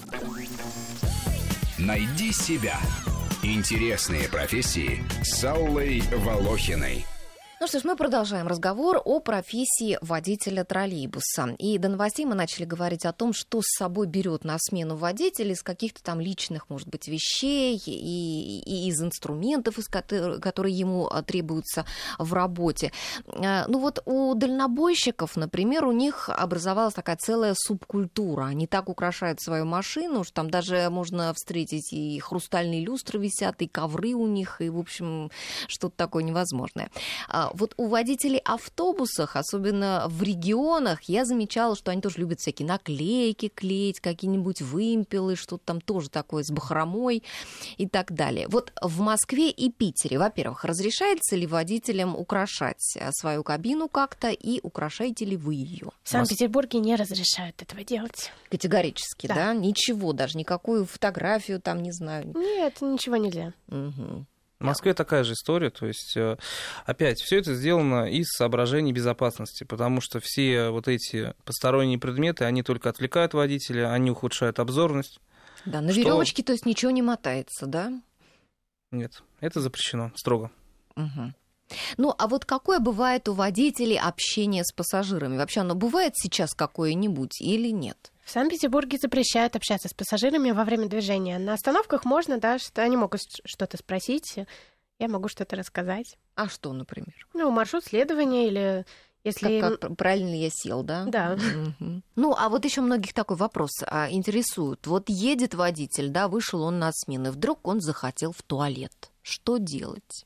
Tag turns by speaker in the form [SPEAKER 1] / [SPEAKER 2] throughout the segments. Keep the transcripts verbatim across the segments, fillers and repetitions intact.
[SPEAKER 1] Найди себя. Интересные профессии с Аллой Волохиной.
[SPEAKER 2] Ну что ж, мы продолжаем разговор о профессии водителя троллейбуса. И до новостей мы начали говорить о том, что с собой берет на смену водитель из каких-то там личных, может быть, вещей и, и из инструментов, из которых, которые ему требуются в работе. Ну вот у дальнобойщиков, например, у них образовалась такая целая субкультура. Они так украшают свою машину, что там даже можно встретить и хрустальные люстры висят, и ковры у них, и, в общем, что-то такое невозможное. Вот у водителей автобусов, особенно в регионах, я замечала, что они тоже любят всякие наклейки клеить, какие-нибудь вымпелы, что-то там тоже такое с бахромой и так далее. Вот в Москве и Питере, во-первых, разрешается ли водителям украшать свою кабину как-то, и украшаете ли вы ее?
[SPEAKER 3] В Санкт-Петербурге не разрешают этого делать.
[SPEAKER 2] Категорически, да? да? Ничего, даже никакую фотографию там, не знаю.
[SPEAKER 3] Нет, ничего нельзя.
[SPEAKER 2] Угу.
[SPEAKER 4] В Москве такая же история, то есть, опять, все это сделано из соображений безопасности, потому что все вот эти посторонние предметы, они только отвлекают водителя, они ухудшают обзорность.
[SPEAKER 2] Да, на
[SPEAKER 4] что...
[SPEAKER 2] веревочке, то есть, ничего не мотается, да?
[SPEAKER 4] Нет, это запрещено строго.
[SPEAKER 2] Угу. Ну, а вот какое бывает у водителей общение с пассажирами? Вообще оно бывает сейчас какое-нибудь или нет?
[SPEAKER 3] В Санкт-Петербурге запрещают общаться с пассажирами во время движения. На остановках можно, да, что они могут что-то спросить, я могу что-то рассказать.
[SPEAKER 2] А что, например?
[SPEAKER 3] Ну, маршрут следования или... Если...
[SPEAKER 2] Как, как правильно я сел, да?
[SPEAKER 3] Да.
[SPEAKER 2] Угу. Ну, а вот еще многих такой вопрос а, интересует. Вот едет водитель, да, вышел он на смену, и вдруг он захотел в туалет. Что делать?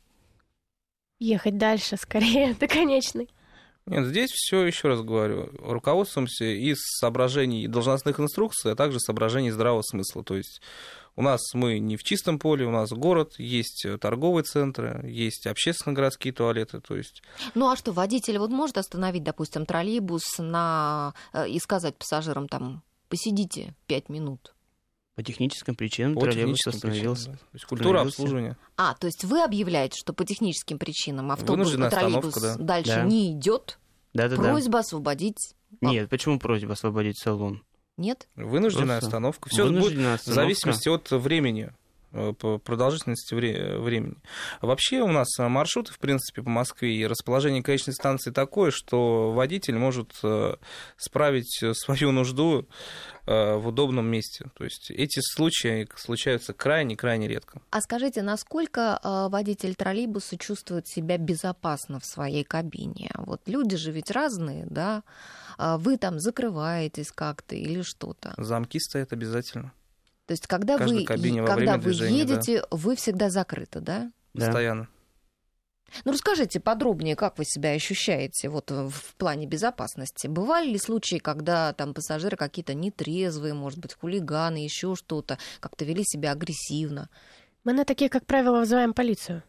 [SPEAKER 3] Ехать дальше, скорее, до конечной.
[SPEAKER 4] Нет, здесь все, еще раз говорю, руководствуемся из соображений должностных инструкций, а также соображений здравого смысла. То есть у нас мы не в чистом поле, у нас город, есть торговые центры, есть общественно-городские туалеты. То есть...
[SPEAKER 2] Ну а что, водитель вот может остановить, допустим, троллейбус на... и сказать пассажирам там, посидите пять минут?
[SPEAKER 5] По техническим причинам
[SPEAKER 4] по
[SPEAKER 5] троллейбус
[SPEAKER 4] техническим
[SPEAKER 5] остановился.
[SPEAKER 4] Причинам, да. То есть культура обслуживания.
[SPEAKER 2] А, то есть вы объявляете, что по техническим причинам автобус, троллейбус да. дальше да. не идет?
[SPEAKER 5] Да, да,
[SPEAKER 2] просьба
[SPEAKER 5] да.
[SPEAKER 2] освободить?
[SPEAKER 5] Нет, почему просьба освободить салон?
[SPEAKER 2] Нет?
[SPEAKER 4] Вынужденная Просто остановка. Все будет остановка. В зависимости от времени, по продолжительности времени. Вообще у нас маршруты, в принципе, по Москве и расположение конечной станции такое, что водитель может справить свою нужду в удобном месте. То есть эти случаи случаются крайне-крайне редко.
[SPEAKER 2] А скажите, насколько водитель троллейбуса чувствует себя безопасно в своей кабине? Вот люди же ведь разные, да? Вы там закрываетесь как-то или что-то?
[SPEAKER 4] Замки стоят обязательно.
[SPEAKER 2] То есть, когда вы, когда вы движения, едете, да. вы всегда закрыты, да?
[SPEAKER 4] Постоянно.
[SPEAKER 2] Ну, расскажите подробнее, как вы себя ощущаете вот в плане безопасности. Бывали ли случаи, когда там пассажиры какие-то нетрезвые, может быть, хулиганы, еще что-то, как-то вели себя агрессивно?
[SPEAKER 3] Мы на такие, как правило, вызываем полицию.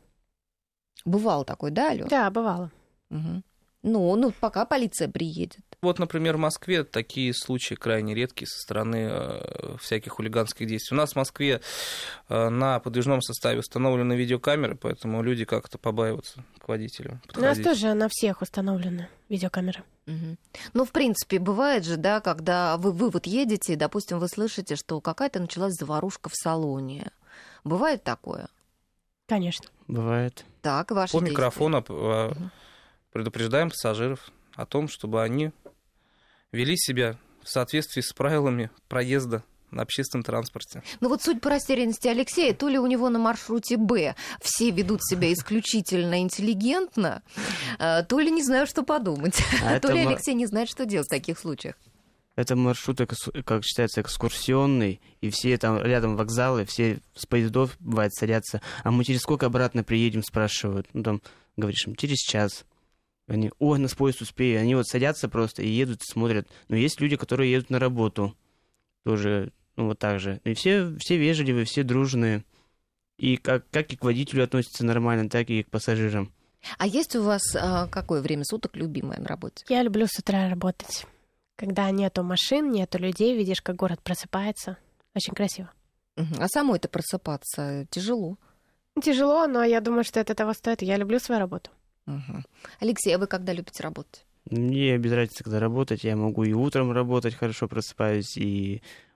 [SPEAKER 2] Бывало такое, да, Алё?
[SPEAKER 3] Да, бывало.
[SPEAKER 2] Угу. Ну, ну, пока полиция приедет.
[SPEAKER 4] Вот, например, в Москве такие случаи крайне редкие со стороны э, всяких хулиганских действий. У нас в Москве э, на подвижном составе установлены видеокамеры, поэтому люди как-то побаиваются к водителю подходить.
[SPEAKER 3] У нас тоже на всех установлены видеокамеры.
[SPEAKER 2] Угу. Ну, в принципе, бывает же, да, когда вы, вы вот едете, допустим, вы слышите, что какая-то началась заварушка в салоне. Бывает такое?
[SPEAKER 3] Конечно.
[SPEAKER 5] Бывает.
[SPEAKER 2] Так, ваши
[SPEAKER 4] По
[SPEAKER 2] действия.
[SPEAKER 4] микрофону угу. предупреждаем пассажиров о том, чтобы они вели себя в соответствии с правилами проезда на общественном транспорте.
[SPEAKER 2] Ну вот суть по растерянности Алексея, то ли у него на маршруте Б все ведут себя исключительно интеллигентно, то ли не знаю, что подумать, а то ли Алексей не знает, что делать в таких случаях.
[SPEAKER 5] Это маршрут, как считается, экскурсионный, и все там рядом вокзалы, все с поездов, бывает, садятся. А мы через сколько обратно приедем, спрашивают. Ну там, говоришь им, через час. Они, ой, на поезд успею. Они вот садятся просто и едут, смотрят. Но есть люди, которые едут на работу. Тоже, ну вот так же. И все, все вежливые, все дружные. И как, как и к водителю относятся нормально, так и к пассажирам.
[SPEAKER 2] А есть у вас а, какое время суток любимое на работе?
[SPEAKER 3] Я люблю с утра работать. Когда нету машин, нету людей, видишь, как город просыпается. Очень красиво.
[SPEAKER 2] А самой-то просыпаться тяжело?
[SPEAKER 3] Тяжело, но я думаю, что это того стоит. Я люблю свою работу.
[SPEAKER 2] Угу. Алексей, а вы когда любите работать?
[SPEAKER 5] Мне без разницы, когда работать. Я могу и утром работать, хорошо просыпаюсь, и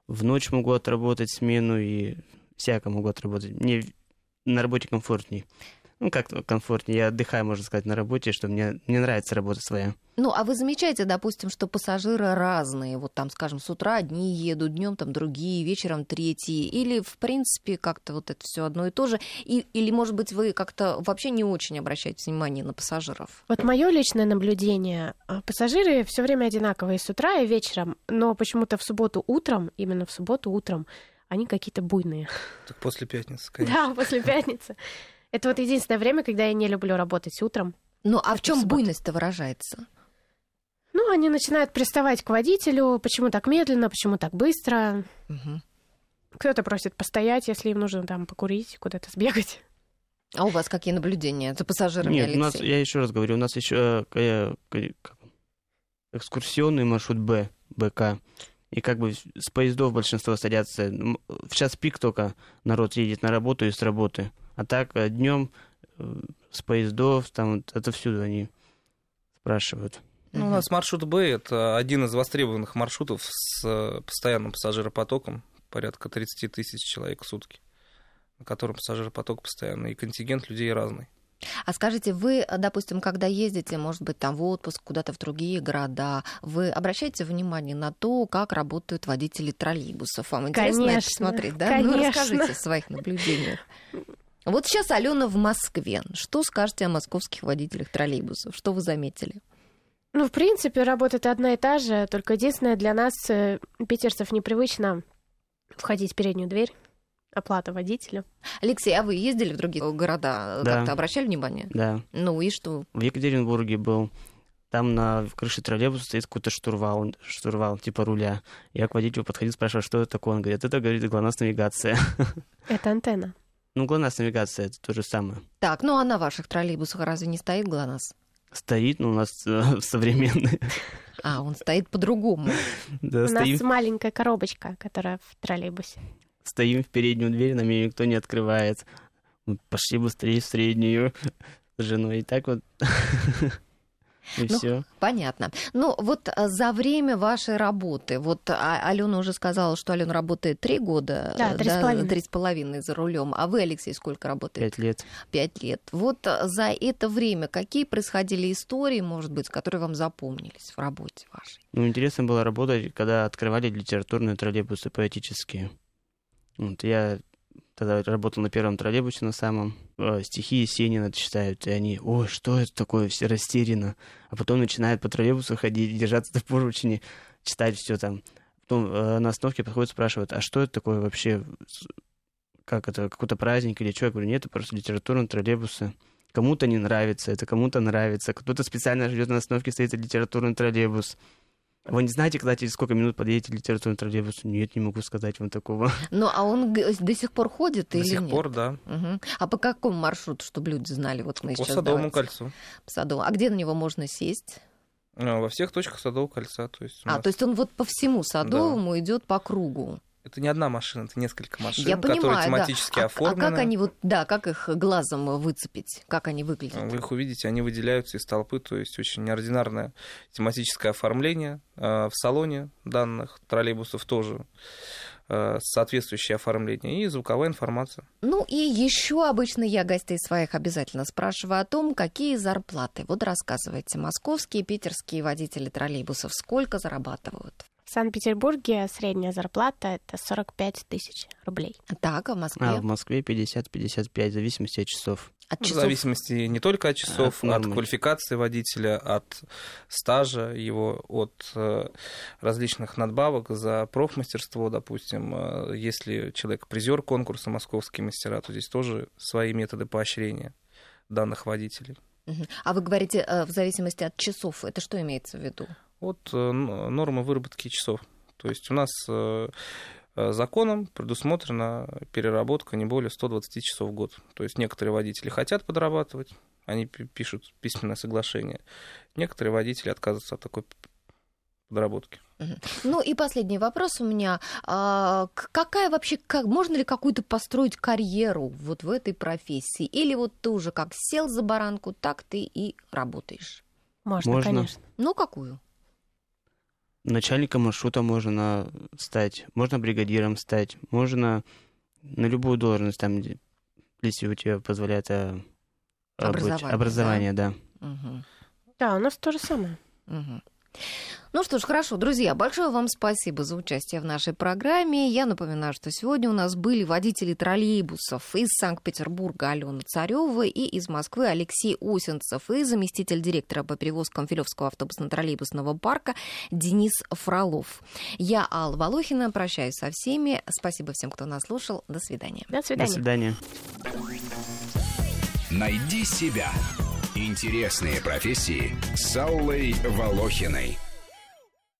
[SPEAKER 5] в ночь могу отработать смену и всяко могу отработать. Мне на работе комфортней. Ну, как-то комфортнее. Я отдыхаю, можно сказать, на работе, что мне, мне нравится работа своя.
[SPEAKER 2] Ну, а вы замечаете, допустим, что пассажиры разные? Вот там, скажем, с утра одни едут, днем там другие, вечером третьи. Или, в принципе, как-то вот это все одно и то же? И, или, может быть, вы как-то вообще не очень обращаете внимание на пассажиров?
[SPEAKER 3] Вот мое личное наблюдение. Пассажиры все время одинаковые с утра и вечером, но почему-то в субботу утром, именно в субботу утром, они какие-то буйные.
[SPEAKER 4] Так после пятницы, конечно.
[SPEAKER 3] Да, после пятницы. Это вот единственное время, когда я не люблю работать утром.
[SPEAKER 2] Ну, а в чем буйность-то выражается?
[SPEAKER 3] Ну, они начинают приставать к водителю, почему так медленно, почему так быстро.
[SPEAKER 2] Угу.
[SPEAKER 3] Кто-то просит постоять, если им нужно там покурить, куда-то сбегать.
[SPEAKER 2] А у вас какие наблюдения за пассажирами,
[SPEAKER 5] Нет,
[SPEAKER 2] Алексей?
[SPEAKER 5] у нас, я еще раз говорю, у нас еще э, э, экскурсионный маршрут Б, БК. И как бы с поездов большинство садятся. В час пик только народ едет на работу и с работы. А так днем с поездов, там отовсюду они спрашивают.
[SPEAKER 4] Ну, у нас маршрут Б — это один из востребованных маршрутов с постоянным пассажиропотоком, порядка тридцать тысяч человек в сутки, на котором пассажиропоток постоянный, и контингент людей разный.
[SPEAKER 2] А скажите, вы, допустим, когда ездите, может быть, там в отпуск, куда-то в другие города, вы обращаете внимание на то, как работают водители троллейбусов? Вам интересно
[SPEAKER 3] конечно,
[SPEAKER 2] это смотреть, да?
[SPEAKER 3] Конечно.
[SPEAKER 2] Ну, расскажите о своих наблюдениях. Вот сейчас Алена в Москве. Что скажете о московских водителях троллейбусов? Что вы заметили?
[SPEAKER 3] Ну, в принципе, работа одна и та же, только единственное, для нас, питерцев, непривычно входить в переднюю дверь. Оплата водителя.
[SPEAKER 2] Алексей, а вы ездили в другие города?
[SPEAKER 5] Да.
[SPEAKER 2] Как-то обращали внимание?
[SPEAKER 5] Да.
[SPEAKER 2] Ну и что?
[SPEAKER 5] В Екатеринбурге был. Там на крыше троллейбуса стоит какой-то штурвал, штурвал типа руля. Я к водителю подходил, спрашивал, что это такое. Он говорит, это, говорит, ГЛОНАСС-навигация.
[SPEAKER 3] Это антенна.
[SPEAKER 5] Ну, ГЛОНАСС-навигация, это то же самое.
[SPEAKER 2] Так, ну а на ваших троллейбусах разве не стоит ГЛОНАСС?
[SPEAKER 5] Стоит, но у нас э, современный.
[SPEAKER 2] А, он стоит по-другому.
[SPEAKER 5] Да,
[SPEAKER 3] У
[SPEAKER 5] стоим,
[SPEAKER 3] нас маленькая коробочка, которая в троллейбусе.
[SPEAKER 5] стоим в переднюю дверь, нам ее никто не открывает. Мы пошли быстрее в среднюю с женой. И так вот. И
[SPEAKER 2] Ну,
[SPEAKER 5] все.
[SPEAKER 2] Понятно. Ну, вот за время вашей работы, вот Алена уже сказала, что Алена работает три года,
[SPEAKER 3] Да, три с половиной.
[SPEAKER 2] три с половиной за рулем. А вы, Алексей, сколько работаете?
[SPEAKER 5] Пять лет.
[SPEAKER 2] Пять лет. Вот за это время какие происходили истории, может быть, которые вам запомнились в работе вашей?
[SPEAKER 5] Ну, интересно было работать, когда открывали литературные троллейбусы поэтические. Вот я тогда работал на первом троллейбусе, на самом. Стихи Есенина читают, и они, ой, что это такое, все растеряно. А потом начинают по троллейбусу ходить, держаться до поручни, читать все там. Потом э, на остановке подходят, спрашивают, а что это такое вообще? Как это, какой-то праздник или что? Я говорю, нет, это просто литературные троллейбусы. Кому-то не нравится, это кому-то нравится. Кто-то специально ждет на остановке, стоит литературный троллейбус. Вы не знаете, когда через сколько минут подъедете литературный троллейбус? Нет, не могу сказать вам такого.
[SPEAKER 2] Ну, а он до сих пор ходит
[SPEAKER 4] До
[SPEAKER 2] или
[SPEAKER 4] сих
[SPEAKER 2] нет?
[SPEAKER 4] пор, да.
[SPEAKER 2] Угу. А по какому маршруту, чтобы люди знали? Вот мы
[SPEAKER 4] По
[SPEAKER 2] сейчас
[SPEAKER 4] Садовому
[SPEAKER 2] давайте.
[SPEAKER 4] кольцу.
[SPEAKER 2] По Садовому. А где на него можно сесть?
[SPEAKER 4] Во всех точках Садового кольца. То есть, у
[SPEAKER 2] А,
[SPEAKER 4] нас...
[SPEAKER 2] то есть он вот по всему Садовому идет по кругу.
[SPEAKER 4] Это не одна машина, это несколько машин,
[SPEAKER 2] Я
[SPEAKER 4] которые
[SPEAKER 2] понимаю,
[SPEAKER 4] тематически
[SPEAKER 2] да. а,
[SPEAKER 4] оформлены.
[SPEAKER 2] А как они вот, да, как их глазом выцепить? Как они выглядят?
[SPEAKER 4] Вы их увидите, они выделяются из толпы, то есть очень неординарное тематическое оформление. В салоне данных троллейбусов тоже соответствующее оформление и звуковая информация.
[SPEAKER 2] Ну и еще обычно я гостей своих обязательно спрашиваю о том, какие зарплаты. Вот рассказывайте, московские, питерские водители троллейбусов сколько зарабатывают?
[SPEAKER 3] В Санкт-Петербурге средняя зарплата — это сорок пять тысяч рублей.
[SPEAKER 2] Так, а в Москве?
[SPEAKER 5] А в Москве пятьдесят-пятьдесят пять, в зависимости от часов.
[SPEAKER 2] От
[SPEAKER 4] В
[SPEAKER 2] часов?
[SPEAKER 4] зависимости не только от часов,
[SPEAKER 5] От
[SPEAKER 4] от,
[SPEAKER 5] нормы.
[SPEAKER 4] квалификации водителя, от стажа его, от э, различных надбавок за профмастерство, допустим. Э, если человек призер конкурса «Московские мастера», то здесь тоже свои методы поощрения данных водителей.
[SPEAKER 2] Мгм. А вы говорите, э, в зависимости от часов. Это что имеется в виду?
[SPEAKER 4] От э, нормы выработки часов. То есть у нас э, законом предусмотрена переработка не более ста двадцати часов в год. То есть некоторые водители хотят подрабатывать, они пишут письменное соглашение. Некоторые водители отказываются от такой подработки.
[SPEAKER 2] Ну и последний вопрос у меня. А, какая вообще, как, можно ли какую-то построить карьеру вот в этой профессии? Или вот ты уже как сел за баранку, так ты и работаешь?
[SPEAKER 3] Можно,
[SPEAKER 5] Можно.
[SPEAKER 3] конечно.
[SPEAKER 2] Ну, какую?
[SPEAKER 5] начальником маршрута можно стать, можно бригадиром стать, можно на любую должность, там, если у тебя позволяет
[SPEAKER 2] образование,
[SPEAKER 5] образование да.
[SPEAKER 2] Да? Угу.
[SPEAKER 3] Да, у нас то же самое.
[SPEAKER 2] Угу. Ну что ж, хорошо, друзья, большое вам спасибо за участие в нашей программе. Я напоминаю, что сегодня у нас были водители троллейбусов из Санкт-Петербурга Алена Царева и из Москвы Алексей Осинцев и заместитель директора по перевозкам Филевского автобусно-троллейбусного парка Денис Фролов. Я, Алла Волохина, прощаюсь со всеми. Спасибо всем, кто нас слушал. До свидания.
[SPEAKER 3] До свидания.
[SPEAKER 5] До свидания.
[SPEAKER 1] Найди себя. Интересные профессии с Аллой Волохиной.